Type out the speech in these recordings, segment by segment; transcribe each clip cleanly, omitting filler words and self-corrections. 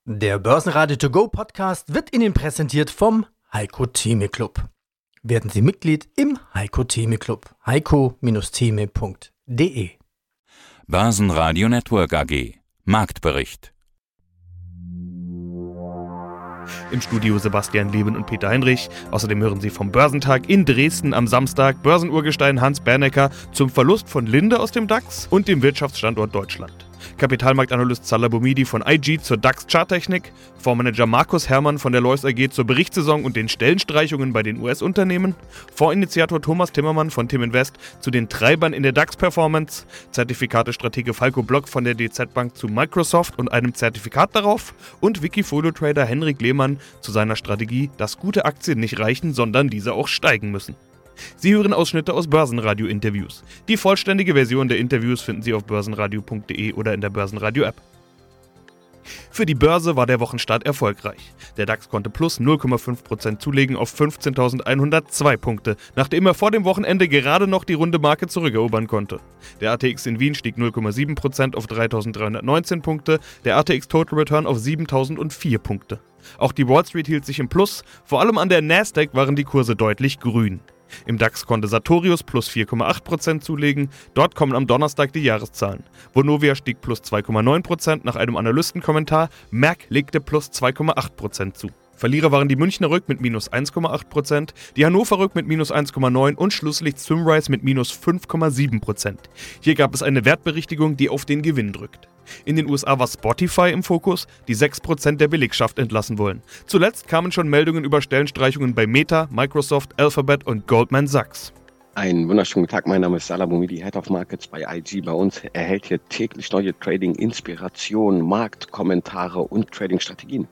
Der Börsenradio To Go Podcast wird Ihnen präsentiert vom Heiko Theme Club. Werden Sie Mitglied im Heiko Theme Club. heiko-theme.de. Börsenradio Network AG. Marktbericht. Im Studio Sebastian Leben und Peter Heinrich. Außerdem hören Sie vom Börsentag in Dresden am Samstag Börsenurgestein Hans Bernecker zum Verlust von Linde aus dem DAX und dem Wirtschaftsstandort Deutschland. Kapitalmarktanalyst Salah Boumidi von IG zur DAX-Charttechnik, Fondsmanager Markus Herrmann von der Lois AG zur Berichtssaison und den Stellenstreichungen bei den US-Unternehmen, Fondsinitiator Thomas Timmermann von Tim Invest zu den Treibern in der DAX-Performance, Zertifikate-Stratege Falco Block von der DZ Bank zu Microsoft und einem Zertifikat darauf und Wikifolio-Trader Henrik Lehmann zu seiner Strategie, dass gute Aktien nicht reichen, sondern diese auch steigen müssen. Sie hören Ausschnitte aus Börsenradio-Interviews. Die vollständige Version der Interviews finden Sie auf börsenradio.de oder in der Börsenradio-App. Für die Börse war der Wochenstart erfolgreich. Der DAX konnte plus 0,5% zulegen auf 15.102 Punkte, nachdem er vor dem Wochenende gerade noch die runde Marke zurückerobern konnte. Der ATX in Wien stieg 0,7% auf 3.319 Punkte, der ATX Total Return auf 7.004 Punkte. Auch die Wall Street hielt sich im Plus, vor allem an der Nasdaq waren die Kurse deutlich grün. Im DAX konnte Sartorius plus 4,8% zulegen, dort kommen am Donnerstag die Jahreszahlen. Vonovia stieg plus 2,9% nach einem Analystenkommentar, Merck legte plus 2,8% zu. Verlierer waren die Münchner Rück mit minus 1,8%, die Hannover Rück mit minus 1,9% und Schlusslicht Symrise mit minus 5,7%. Hier gab es eine Wertberichtigung, die auf den Gewinn drückt. In den USA war Spotify im Fokus, die 6% der Belegschaft entlassen wollen. Zuletzt kamen schon Meldungen über Stellenstreichungen bei Meta, Microsoft, Alphabet und Goldman Sachs. Einen wunderschönen Tag, mein Name ist Salah Boumidi, Head of Markets bei IG. Bei uns erhält ihr täglich neue Trading-Inspiration, Marktkommentare und Trading-Strategien.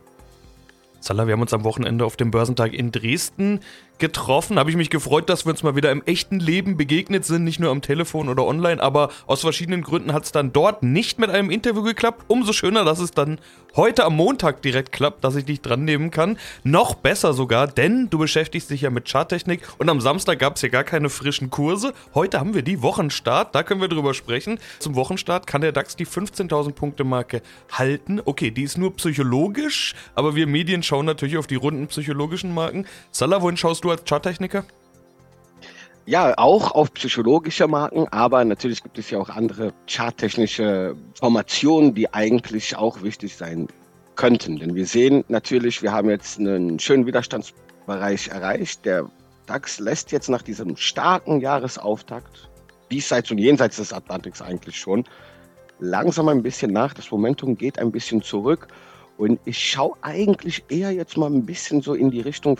Salah, wir haben uns am Wochenende auf dem Börsentag in Dresden getroffen. Habe ich mich gefreut, dass wir uns mal wieder im echten Leben begegnet sind, nicht nur am Telefon oder online, aber aus verschiedenen Gründen hat es dann dort nicht mit einem Interview geklappt. Umso schöner, dass es dann heute am Montag direkt klappt, dass ich dich dran nehmen kann. Noch besser sogar, denn du beschäftigst dich ja mit Charttechnik und am Samstag gab es hier gar keine frischen Kurse. Heute haben wir die Wochenstart, da können wir drüber sprechen. Zum Wochenstart kann der DAX die 15.000 Punkte Marke halten. Okay, die ist nur psychologisch, aber wir Medien schauen natürlich auf die runden psychologischen Marken. Salah, wohin schaust du als Charttechniker? Ja, auch auf psychologische Marken, aber natürlich gibt es ja auch andere charttechnische Formationen, die eigentlich auch wichtig sein könnten. Denn wir sehen natürlich, wir haben jetzt einen schönen Widerstandsbereich erreicht. Der DAX lässt jetzt nach diesem starken Jahresauftakt, diesseits und jenseits des Atlantiks eigentlich schon, langsam ein bisschen nach. Das Momentum geht ein bisschen zurück. Und ich schaue eigentlich eher jetzt mal ein bisschen so in die Richtung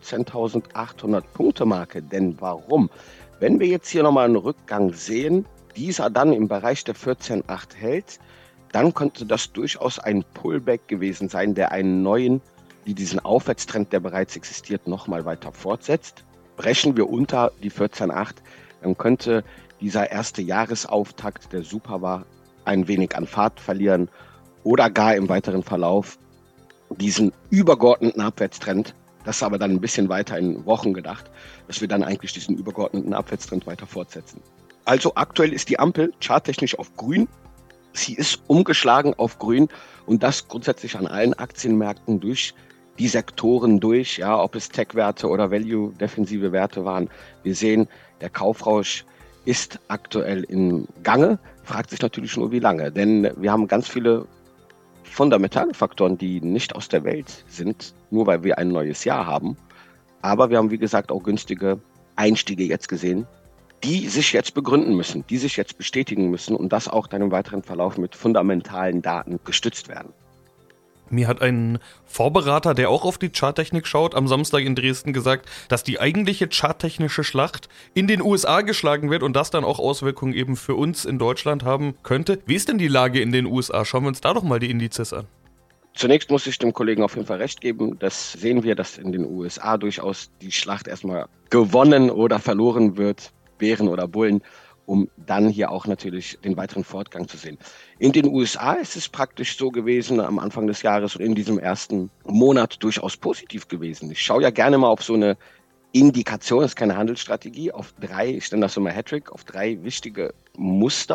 14.800 Punkte Marke. Denn warum? Wenn wir jetzt hier nochmal einen Rückgang sehen, dieser dann im Bereich der 14.8 hält, dann könnte das durchaus ein Pullback gewesen sein, der einen neuen, die diesen Aufwärtstrend, der bereits existiert, nochmal weiter fortsetzt. Brechen wir unter die 14.8, dann könnte dieser erste Jahresauftakt, der super war, ein wenig an Fahrt verlieren. Oder gar im weiteren Verlauf diesen übergeordneten Abwärtstrend, das ist aber dann ein bisschen weiter in Wochen gedacht, dass wir dann eigentlich diesen übergeordneten Abwärtstrend weiter fortsetzen. Also aktuell ist die Ampel charttechnisch auf grün, sie ist umgeschlagen auf grün und das grundsätzlich an allen Aktienmärkten durch die Sektoren durch, ja, ob es Tech-Werte oder Value-defensive Werte waren. Wir sehen, der Kaufrausch ist aktuell im Gange, fragt sich natürlich nur wie lange, denn wir haben ganz viele fundamentale Faktoren, die nicht aus der Welt sind, nur weil wir ein neues Jahr haben. Aber wir haben, wie gesagt, auch günstige Einstiege jetzt gesehen, die sich jetzt begründen müssen, die sich jetzt bestätigen müssen und das auch dann im weiteren Verlauf mit fundamentalen Daten gestützt werden. Mir hat ein Vorberater, der auch auf die Charttechnik schaut, am Samstag in Dresden gesagt, dass die eigentliche charttechnische Schlacht in den USA geschlagen wird und das dann auch Auswirkungen eben für uns in Deutschland haben könnte. Wie ist denn die Lage in den USA? Schauen wir uns da doch mal die Indizes an. Zunächst muss ich dem Kollegen auf jeden Fall recht geben. Das sehen wir, dass in den USA durchaus die Schlacht erstmal gewonnen oder verloren wird, Bären oder Bullen, um dann hier auch natürlich den weiteren Fortgang zu sehen. In den USA ist es praktisch so gewesen, am Anfang des Jahres und in diesem ersten Monat durchaus positiv gewesen. Ich schaue ja gerne mal auf so eine Indikation, das ist keine Handelsstrategie, auf drei, ich nenne das immer Hattrick, auf drei wichtige Muster,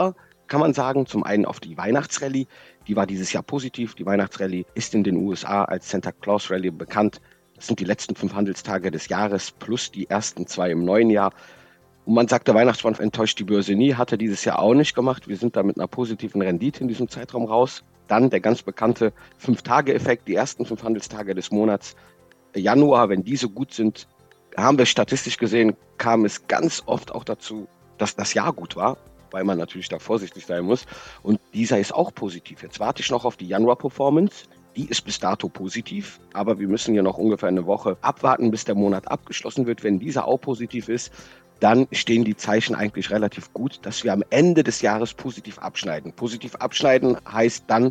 kann man sagen. Zum einen auf die Weihnachtsrallye, die war dieses Jahr positiv. Die Weihnachtsrallye ist in den USA als Santa Claus Rally bekannt. Das sind die letzten 5 Handelstage des Jahres plus die ersten 2 im neuen Jahr. Und man sagt, der Weihnachtsmann enttäuscht die Börse nie, hat er dieses Jahr auch nicht gemacht. Wir sind da mit einer positiven Rendite in diesem Zeitraum raus. Dann der ganz bekannte 5-Tage-Effekt, die ersten 5 Handelstage des Monats Januar, wenn die so gut sind, haben wir statistisch gesehen, kam es ganz oft auch dazu, dass das Jahr gut war, weil man natürlich da vorsichtig sein muss. Und dieser ist auch positiv. Jetzt warte ich noch auf die Januar-Performance. Die ist bis dato positiv, aber wir müssen ja noch ungefähr eine Woche abwarten, bis der Monat abgeschlossen wird. Wenn dieser auch positiv ist, dann stehen die Zeichen eigentlich relativ gut, dass wir am Ende des Jahres positiv abschneiden. Positiv abschneiden heißt dann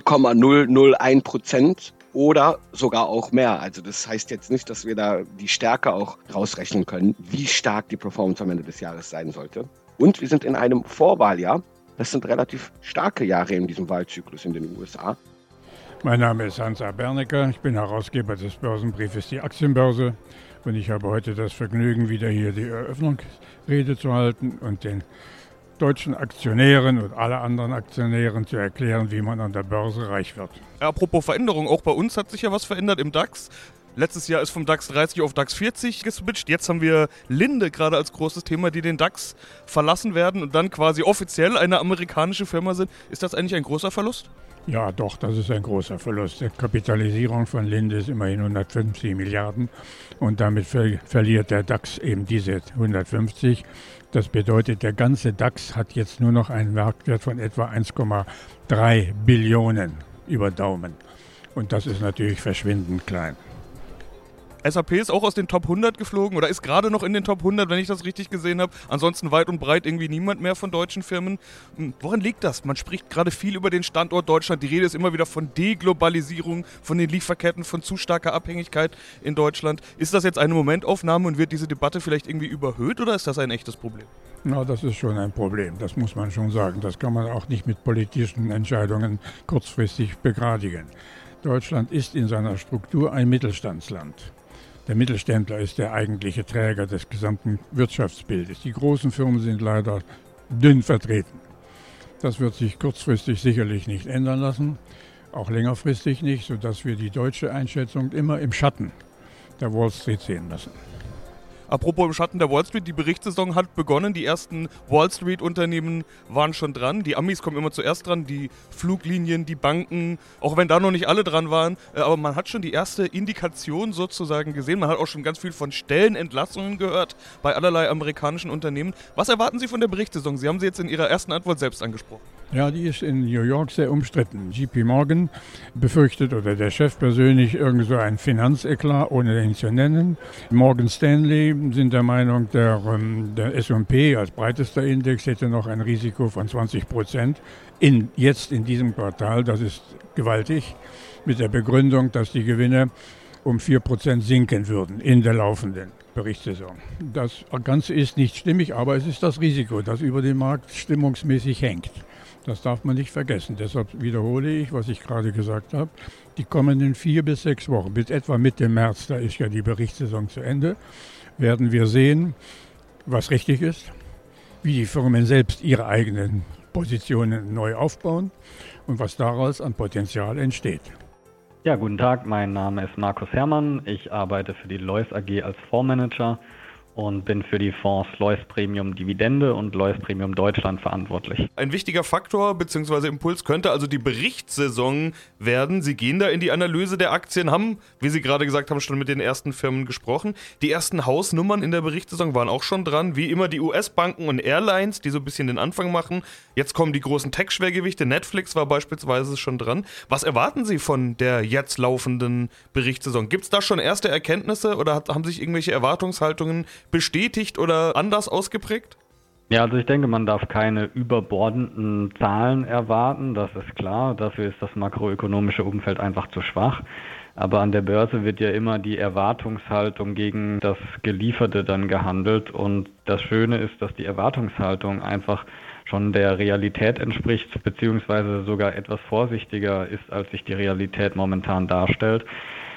0,001% oder sogar auch mehr. Also das heißt jetzt nicht, dass wir da die Stärke auch rausrechnen können, wie stark die Performance am Ende des Jahres sein sollte. Und wir sind in einem Vorwahljahr. Das sind relativ starke Jahre in diesem Wahlzyklus in den USA. Mein Name ist Hans A. Bernecker, ich bin Herausgeber des Börsenbriefes Die Aktienbörse und ich habe heute das Vergnügen, wieder hier die Eröffnungsrede zu halten und den deutschen Aktionären und alle anderen Aktionären zu erklären, wie man an der Börse reich wird. Apropos Veränderung, auch bei uns hat sich ja was verändert im DAX. Letztes Jahr ist vom DAX 30 auf DAX 40 geswitcht. Jetzt haben wir Linde gerade als großes Thema, die den DAX verlassen werden und dann quasi offiziell eine amerikanische Firma sind. Ist das eigentlich ein großer Verlust? Ja, doch, das ist ein großer Verlust. Die Kapitalisierung von Linde ist immerhin 150 Milliarden und damit verliert der DAX eben diese 150. Das bedeutet, der ganze DAX hat jetzt nur noch einen Marktwert von etwa 1,3 Billionen über Daumen. Und das ist natürlich verschwindend klein. SAP ist auch aus den Top 100 geflogen oder ist gerade noch in den Top 100, wenn ich das richtig gesehen habe. Ansonsten weit und breit irgendwie niemand mehr von deutschen Firmen. Woran liegt das? Man spricht gerade viel über den Standort Deutschland. Die Rede ist immer wieder von Deglobalisierung, von den Lieferketten, von zu starker Abhängigkeit in Deutschland. Ist das jetzt eine Momentaufnahme und wird diese Debatte vielleicht irgendwie überhöht oder ist das ein echtes Problem? Na, das ist schon ein Problem, das muss man schon sagen. Das kann man auch nicht mit politischen Entscheidungen kurzfristig begradigen. Deutschland ist in seiner Struktur ein Mittelstandsland. Der Mittelständler ist der eigentliche Träger des gesamten Wirtschaftsbildes. Die großen Firmen sind leider dünn vertreten. Das wird sich kurzfristig sicherlich nicht ändern lassen, auch längerfristig nicht, sodass wir die deutsche Einschätzung immer im Schatten der Wall Street sehen müssen. Apropos im Schatten der Wall Street, die Berichtssaison hat begonnen, die ersten Wall Street Unternehmen waren schon dran, die Amis kommen immer zuerst dran, die Fluglinien, die Banken, auch wenn da noch nicht alle dran waren, aber man hat schon die erste Indikation sozusagen gesehen, man hat auch schon ganz viel von Stellenentlassungen gehört bei allerlei amerikanischen Unternehmen. Was erwarten Sie von der Berichtssaison? Sie haben sie jetzt in Ihrer ersten Antwort selbst angesprochen. Ja, die ist in New York sehr umstritten. JP Morgan befürchtet, oder der Chef persönlich, irgend so ein Finanzeklat, ohne ihn zu nennen. Morgan Stanley sind der Meinung, der S&P als breitester Index hätte noch ein Risiko von 20% jetzt in diesem Quartal. Das ist gewaltig, mit der Begründung, dass die Gewinne um 4% sinken würden in der laufenden Berichtssaison. Das Ganze ist nicht stimmig, aber es ist das Risiko, das über den Markt stimmungsmäßig hängt. Das darf man nicht vergessen. Deshalb wiederhole ich, was ich gerade gesagt habe. Die kommenden 4 bis 6 Wochen, bis etwa Mitte März, da ist ja die Berichtssaison zu Ende, werden wir sehen, was richtig ist, wie die Firmen selbst ihre eigenen Positionen neu aufbauen und was daraus an Potenzial entsteht. Ja, guten Tag, mein Name ist Markus Herrmann. Ich arbeite für die Lois AG als Fondsmanager und bin für die Fonds Lois Premium Dividende und Lois Premium Deutschland verantwortlich. Ein wichtiger Faktor bzw. Impuls könnte also die Berichtssaison werden. Sie gehen da in die Analyse der Aktien, haben, wie Sie gerade gesagt haben, schon mit den ersten Firmen gesprochen. Die ersten Hausnummern in der Berichtssaison waren auch schon dran. Wie immer die US-Banken und Airlines, die so ein bisschen den Anfang machen. Jetzt kommen die großen Tech-Schwergewichte. Netflix war beispielsweise schon dran. Was erwarten Sie von der jetzt laufenden Berichtssaison? Gibt es da schon erste Erkenntnisse oder haben sich irgendwelche Erwartungshaltungen bestätigt oder anders ausgeprägt? Ja, also ich denke, man darf keine überbordenden Zahlen erwarten, das ist klar. Dafür ist das makroökonomische Umfeld einfach zu schwach. Aber an der Börse wird ja immer die Erwartungshaltung gegen das Gelieferte dann gehandelt. Und das Schöne ist, dass die Erwartungshaltung einfach schon der Realität entspricht, beziehungsweise sogar etwas vorsichtiger ist, als sich die Realität momentan darstellt.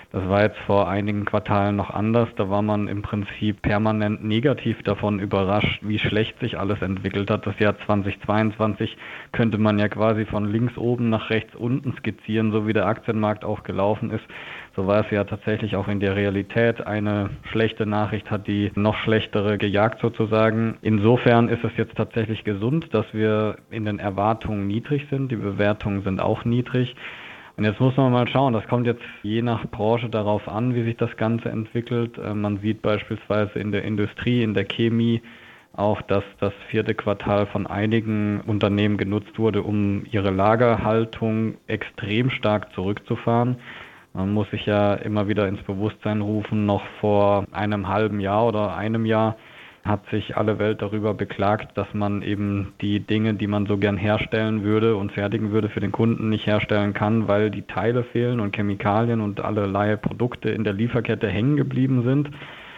Das war jetzt vor einigen Quartalen noch anders. Da war man im Prinzip permanent negativ davon überrascht, wie schlecht sich alles entwickelt hat. Das Jahr 2022 könnte man ja quasi von links oben nach rechts unten skizzieren, so wie der Aktienmarkt auch gelaufen ist. So war es ja tatsächlich auch in der Realität. Eine schlechte Nachricht hat die noch schlechtere gejagt sozusagen. Insofern ist es jetzt tatsächlich gesund, dass wir in den Erwartungen niedrig sind. Die Bewertungen sind auch niedrig. Und jetzt muss man mal schauen, das kommt jetzt je nach Branche darauf an, wie sich das Ganze entwickelt. Man sieht beispielsweise in der Industrie, in der Chemie auch, dass das 4. Quartal von einigen Unternehmen genutzt wurde, um ihre Lagerhaltung extrem stark zurückzufahren. Man muss sich ja immer wieder ins Bewusstsein rufen, noch vor einem halben Jahr oder einem Jahr hat sich alle Welt darüber beklagt, dass man eben die Dinge, die man so gern herstellen würde und fertigen würde, für den Kunden nicht herstellen kann, weil die Teile fehlen und Chemikalien und allerlei Produkte in der Lieferkette hängen geblieben sind.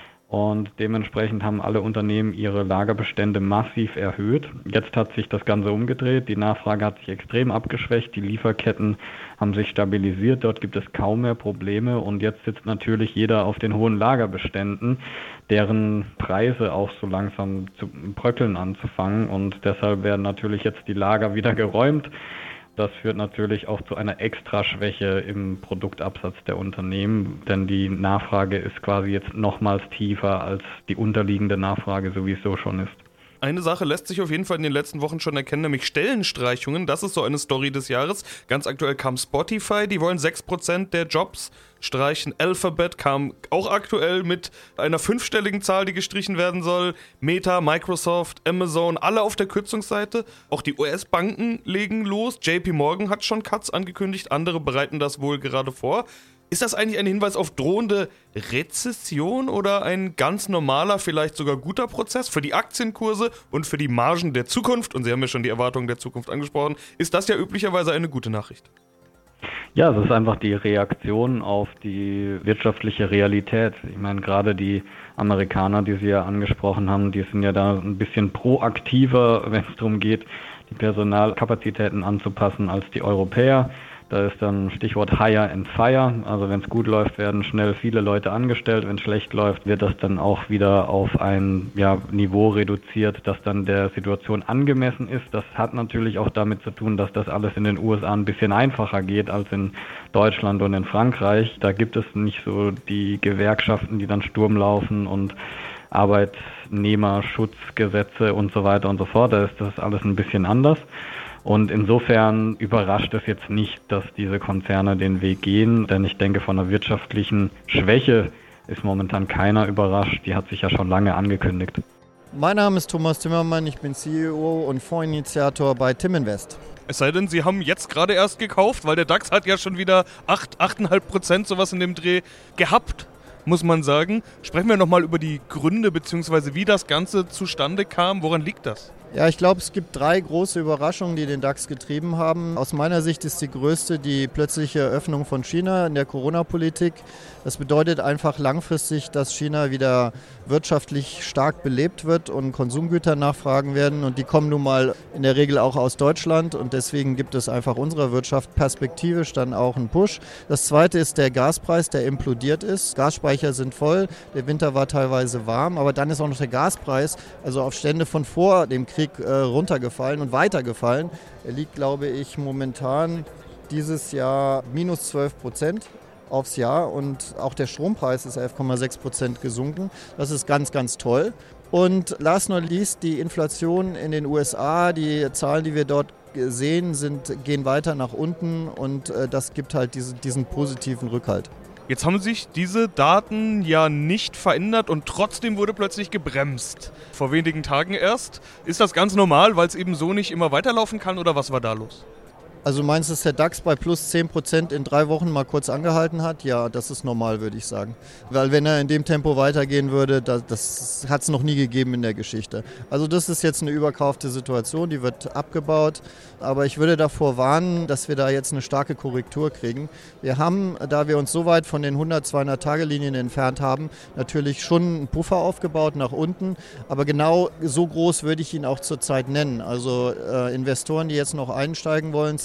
Und dementsprechend haben alle Unternehmen ihre Lagerbestände massiv erhöht. Jetzt hat sich das Ganze umgedreht. Die Nachfrage hat sich extrem abgeschwächt. Die Lieferketten haben sich stabilisiert. Dort gibt es kaum mehr Probleme. Und jetzt sitzt natürlich jeder auf den hohen Lagerbeständen, deren Preise auch so langsam zu bröckeln anzufangen. Und deshalb werden natürlich jetzt die Lager wieder geräumt. Das führt natürlich auch zu einer Extraschwäche im Produktabsatz der Unternehmen, denn die Nachfrage ist quasi jetzt nochmals tiefer als die unterliegende Nachfrage, so wie es so schon ist. Eine Sache lässt sich auf jeden Fall in den letzten Wochen schon erkennen, nämlich Stellenstreichungen. Das ist so eine Story des Jahres. Ganz aktuell kam Spotify, die wollen 6% der Jobs streichen. Alphabet kam auch aktuell mit einer 5-stelligen Zahl, die gestrichen werden soll. Meta, Microsoft, Amazon, alle auf der Kürzungsseite. Auch die US-Banken legen los. JP Morgan hat schon Cuts angekündigt, andere bereiten das wohl gerade vor. Ist das eigentlich ein Hinweis auf drohende Rezession oder ein ganz normaler, vielleicht sogar guter Prozess für die Aktienkurse und für die Margen der Zukunft? Und Sie haben ja schon die Erwartungen der Zukunft angesprochen. Ist das ja üblicherweise eine gute Nachricht? Ja, es ist einfach die Reaktion auf die wirtschaftliche Realität. Ich meine, gerade die Amerikaner, die Sie ja angesprochen haben, die sind ja da ein bisschen proaktiver, wenn es darum geht, die Personalkapazitäten anzupassen als die Europäer. Da ist dann Stichwort Hire and Fire. Also wenn es gut läuft, werden schnell viele Leute angestellt. Wenn es schlecht läuft, wird das dann auch wieder auf ein Niveau reduziert, das dann der Situation angemessen ist. Das hat natürlich auch damit zu tun, dass das alles in den USA ein bisschen einfacher geht als in Deutschland und in Frankreich. Da gibt es nicht so die Gewerkschaften, die dann Sturm laufen und Arbeitnehmerschutzgesetze und so weiter und so fort. Da ist das alles ein bisschen anders. Und insofern überrascht es jetzt nicht, dass diese Konzerne den Weg gehen, denn ich denke, von einer wirtschaftlichen Schwäche ist momentan keiner überrascht. Die hat sich ja schon lange angekündigt. Mein Name ist Thomas Timmermann, ich bin CEO und Fondsinitiator bei Timinvest. Es sei denn, Sie haben jetzt gerade erst gekauft, weil der DAX hat ja schon wieder 8,5% sowas in dem Dreh gehabt, muss man sagen. Sprechen wir nochmal über die Gründe bzw. wie das Ganze zustande kam. Woran liegt das? Ja, ich glaube, es gibt 3 große Überraschungen, die den DAX getrieben haben. Aus meiner Sicht ist die größte die plötzliche Öffnung von China in der Corona-Politik. Das bedeutet einfach langfristig, dass China wieder wirtschaftlich stark belebt wird und Konsumgüter nachfragen werden. Und die kommen nun mal in der Regel auch aus Deutschland. Und deswegen gibt es einfach unserer Wirtschaft perspektivisch dann auch einen Push. Das Zweite ist der Gaspreis, der implodiert ist. Gasspeicher sind voll, der Winter war teilweise warm. Aber dann ist auch noch der Gaspreis, also auf Stände von vor dem Krieg, runtergefallen und weitergefallen. Er liegt, glaube ich, momentan dieses Jahr minus 12% aufs Jahr und auch der Strompreis ist 11,6% gesunken. Das ist ganz, ganz toll. Und last not least, die Inflation in den USA, die Zahlen, die wir dort sehen, gehen weiter nach unten und das gibt halt diesen positiven Rückhalt. Jetzt haben sich diese Daten ja nicht verändert und trotzdem wurde plötzlich gebremst. Vor wenigen Tagen erst. Ist das ganz normal, weil es eben so nicht immer weiterlaufen kann oder was war da los? Also meinst du, dass der DAX bei plus 10% in 3 Wochen mal kurz angehalten hat? Ja, das ist normal, würde ich sagen. Weil wenn er in dem Tempo weitergehen würde, das hat es noch nie gegeben in der Geschichte. Also das ist jetzt eine überkaufte Situation, die wird abgebaut. Aber ich würde davor warnen, dass wir da jetzt eine starke Korrektur kriegen. Wir haben, da wir uns so weit von den 100-200-Tage-Linien entfernt haben, natürlich schon einen Puffer aufgebaut nach unten. Aber genau so groß würde ich ihn auch zurzeit nennen. Also Investoren, die jetzt noch einsteigen wollen,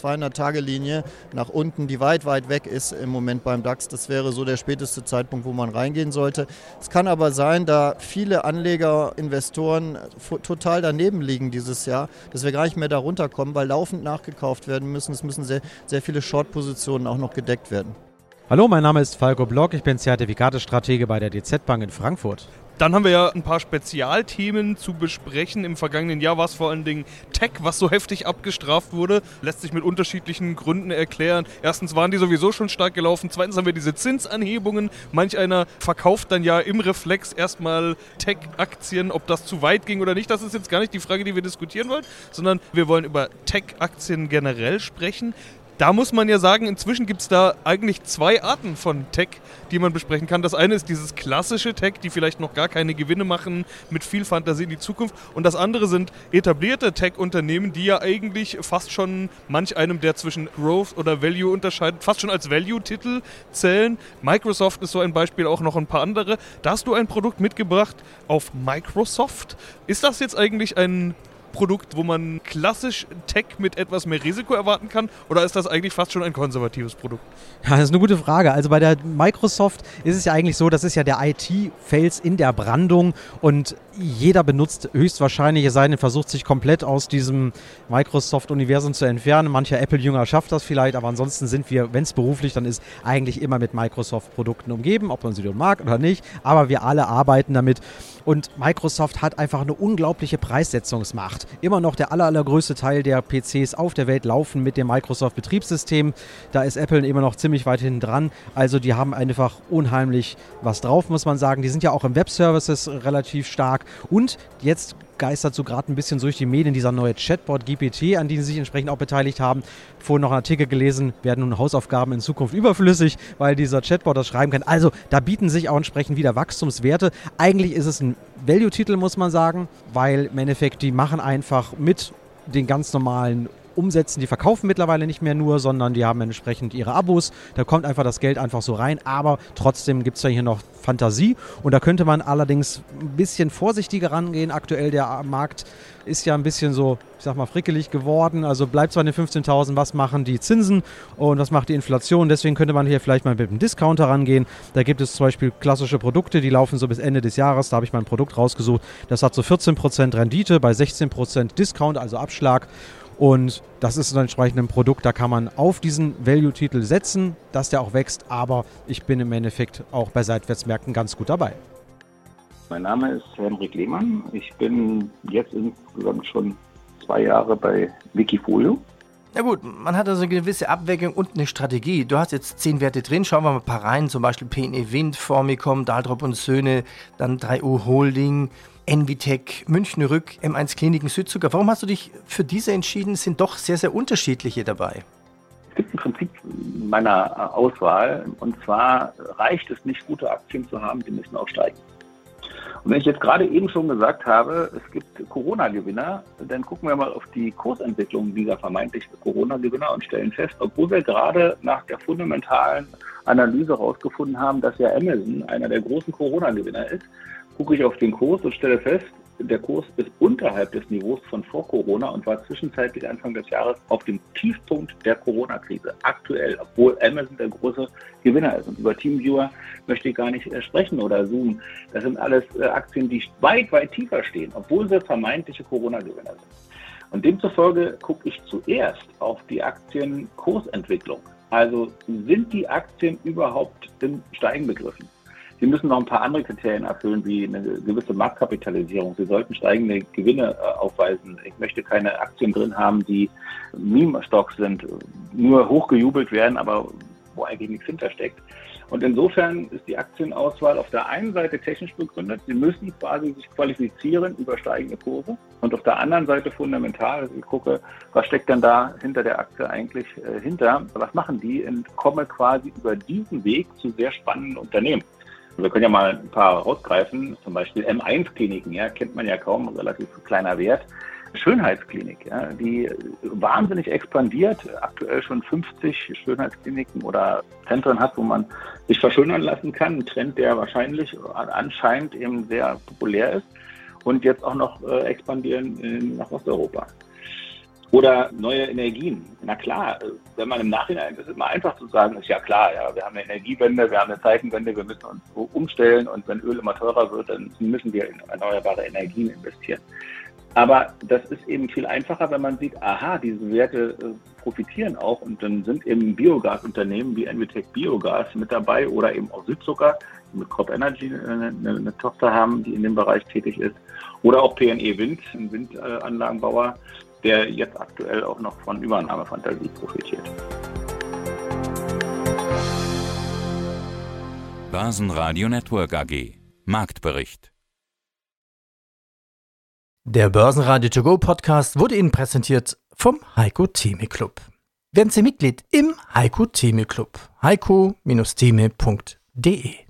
200-Tage-Linie nach unten, die weit, weit weg ist im Moment beim DAX. Das wäre so der späteste Zeitpunkt, wo man reingehen sollte. Es kann aber sein, da viele Anleger, Investoren total daneben liegen dieses Jahr, dass wir gar nicht mehr da runterkommen, weil laufend nachgekauft werden müssen. Es müssen sehr, sehr viele Short-Positionen auch noch gedeckt werden. Hallo, mein Name ist Falco Block, ich bin Zertifikatestratege bei der DZ Bank in Frankfurt. Dann haben wir ja ein paar Spezialthemen zu besprechen. Im vergangenen Jahr war es vor allen Dingen Tech, was so heftig abgestraft wurde. Lässt sich mit unterschiedlichen Gründen erklären. Erstens waren die sowieso schon stark gelaufen. Zweitens haben wir diese Zinsanhebungen. Manch einer verkauft dann ja im Reflex erstmal Tech-Aktien. Ob das zu weit ging oder nicht, das ist jetzt gar nicht die Frage, die wir diskutieren wollen, sondern wir wollen über Tech-Aktien generell sprechen. Da muss man ja sagen, inzwischen gibt es da eigentlich zwei Arten von Tech, die man besprechen kann. Das eine ist dieses klassische Tech, die vielleicht noch gar keine Gewinne machen, mit viel Fantasie in die Zukunft. Und das andere sind etablierte Tech-Unternehmen, die ja eigentlich fast schon manch einem, der zwischen Growth oder Value unterscheidet, fast schon als Value-Titel zählen. Microsoft ist so ein Beispiel, auch noch ein paar andere. Da hast du ein Produkt mitgebracht auf Microsoft. Ist das jetzt eigentlich ein Produkt, wo man klassisch Tech mit etwas mehr Risiko erwarten kann, oder ist das eigentlich fast schon ein konservatives Produkt? Ja, das ist eine gute Frage. Also bei der Microsoft ist es ja eigentlich so, das ist ja der IT-Fels in der Brandung und jeder benutzt höchstwahrscheinlich, es sei denn, versucht sich komplett aus diesem Microsoft-Universum zu entfernen. Mancher Apple-Jünger schafft das vielleicht, aber ansonsten sind wir, wenn es beruflich dann ist, eigentlich immer mit Microsoft-Produkten umgeben, ob man sie mag oder nicht, aber wir alle arbeiten damit. Und Microsoft hat einfach eine unglaubliche Preissetzungsmacht. Immer noch der allergrößte Teil der PCs auf der Welt laufen mit dem Microsoft-Betriebssystem. Da ist Apple immer noch ziemlich weit hinten dran. Also die haben einfach unheimlich was drauf, muss man sagen. Die sind ja auch im Web-Services relativ stark. Und jetzt geistert so gerade ein bisschen durch die Medien dieser neue Chatbot GPT, an dem sie sich entsprechend auch beteiligt haben. Vorhin noch einen Artikel gelesen, werden nun Hausaufgaben in Zukunft überflüssig, weil dieser Chatbot das schreiben kann. Also da bieten sich auch entsprechend wieder Wachstumswerte. Eigentlich ist es ein Value-Titel, muss man sagen, weil im Endeffekt die machen einfach mit den ganz normalen Umsätzen, die verkaufen mittlerweile nicht mehr nur, sondern die haben entsprechend ihre Abos. Da kommt einfach das Geld einfach so rein, aber trotzdem gibt es ja hier noch Fantasie und da könnte man allerdings ein bisschen vorsichtiger rangehen. Aktuell der Markt ist ja ein bisschen so, ich sag mal, frickelig geworden. Also bleibt zwar in den 15.000, was machen die Zinsen und was macht die Inflation? Deswegen könnte man hier vielleicht mal mit einem Discounter rangehen. Da gibt es zum Beispiel klassische Produkte, die laufen so bis Ende des Jahres. Da habe ich mal ein Produkt rausgesucht. Das hat so 14% Rendite bei 16% Discount, also Abschlag. Und das ist entsprechend ein Produkt, da kann man auf diesen Value-Titel setzen, dass der auch wächst. Aber ich bin im Endeffekt auch bei Seitwärtsmärkten ganz gut dabei. Mein Name ist Henrik Lehmann. Ich bin jetzt insgesamt schon 2 Jahre bei Wikifolio. Na gut, man hat also eine gewisse Abwägung und eine Strategie. Du hast jetzt 10 Werte drin, schauen wir mal ein paar rein, zum Beispiel PNE Wind, Formicom, Dahltrop und Söhne, dann 3U Holding, Envitec, München Rück, M1 Kliniken, Südzucker. Warum hast du dich für diese entschieden? Es sind doch sehr, sehr unterschiedliche dabei. Es gibt ein Prinzip meiner Auswahl, und zwar reicht es nicht, gute Aktien zu haben, die müssen auch steigen. Und wenn ich jetzt gerade eben schon gesagt habe, es gibt Corona-Gewinner, dann gucken wir mal auf die Kursentwicklung dieser vermeintlichen Corona-Gewinner und stellen fest, obwohl wir gerade nach der fundamentalen Analyse herausgefunden haben, dass ja Amazon einer der großen Corona-Gewinner ist, gucke ich auf den Kurs und stelle fest, der Kurs ist unterhalb des Niveaus von vor Corona und war zwischenzeitlich Anfang des Jahres auf dem Tiefpunkt der Corona-Krise. Aktuell, obwohl Amazon der große Gewinner ist. Und über TeamViewer möchte ich gar nicht sprechen oder Zoom. Das sind alles Aktien, die weit, weit tiefer stehen, obwohl sie vermeintliche Corona-Gewinner sind. Und demzufolge gucke ich zuerst auf die Aktienkursentwicklung. Also sind die Aktien überhaupt im Steigen begriffen? Sie müssen noch ein paar andere Kriterien erfüllen, wie eine gewisse Marktkapitalisierung. Sie sollten steigende Gewinne aufweisen. Ich möchte keine Aktien drin haben, die Meme-Stocks sind, nur hochgejubelt werden, aber wo eigentlich nichts hintersteckt. Und insofern ist die Aktienauswahl auf der einen Seite technisch begründet. Sie müssen quasi sich qualifizieren über steigende Kurse. Und auf der anderen Seite fundamental, also ich gucke, was steckt denn da hinter der Aktie eigentlich hinter? Was machen die? Und komme quasi über diesen Weg zu sehr spannenden Unternehmen. Wir können ja mal ein paar rausgreifen, zum Beispiel M1-Kliniken, ja, kennt man ja kaum, relativ kleiner Wert. Schönheitsklinik, ja, die wahnsinnig expandiert, aktuell schon 50 Schönheitskliniken oder Zentren hat, wo man sich verschönern lassen kann. Ein Trend, der wahrscheinlich anscheinend eben sehr populär ist und jetzt auch noch expandieren nach Osteuropa. Oder neue Energien. Na klar, wenn man im Nachhinein, das ist immer einfach zu sagen, ist ja klar, ja, wir haben eine Energiewende, wir haben eine Zeitenwende, wir müssen uns umstellen und wenn Öl immer teurer wird, dann müssen wir in erneuerbare Energien investieren. Aber das ist eben viel einfacher, wenn man sieht, aha, diese Werte profitieren auch und dann sind eben Biogasunternehmen wie Envitec Biogas mit dabei oder eben auch Südzucker, die mit Crop Energy eine Tochter haben, die in dem Bereich tätig ist. Oder auch PNE Wind, ein Windanlagenbauer, der jetzt aktuell auch noch von Übernahmefantasie profitiert. Börsenradio Network AG. Marktbericht. Der Börsenradio To Go Podcast wurde Ihnen präsentiert vom Heiko Theme Club. Werden Sie Mitglied im Heiko Theme Club. heiko-theme.de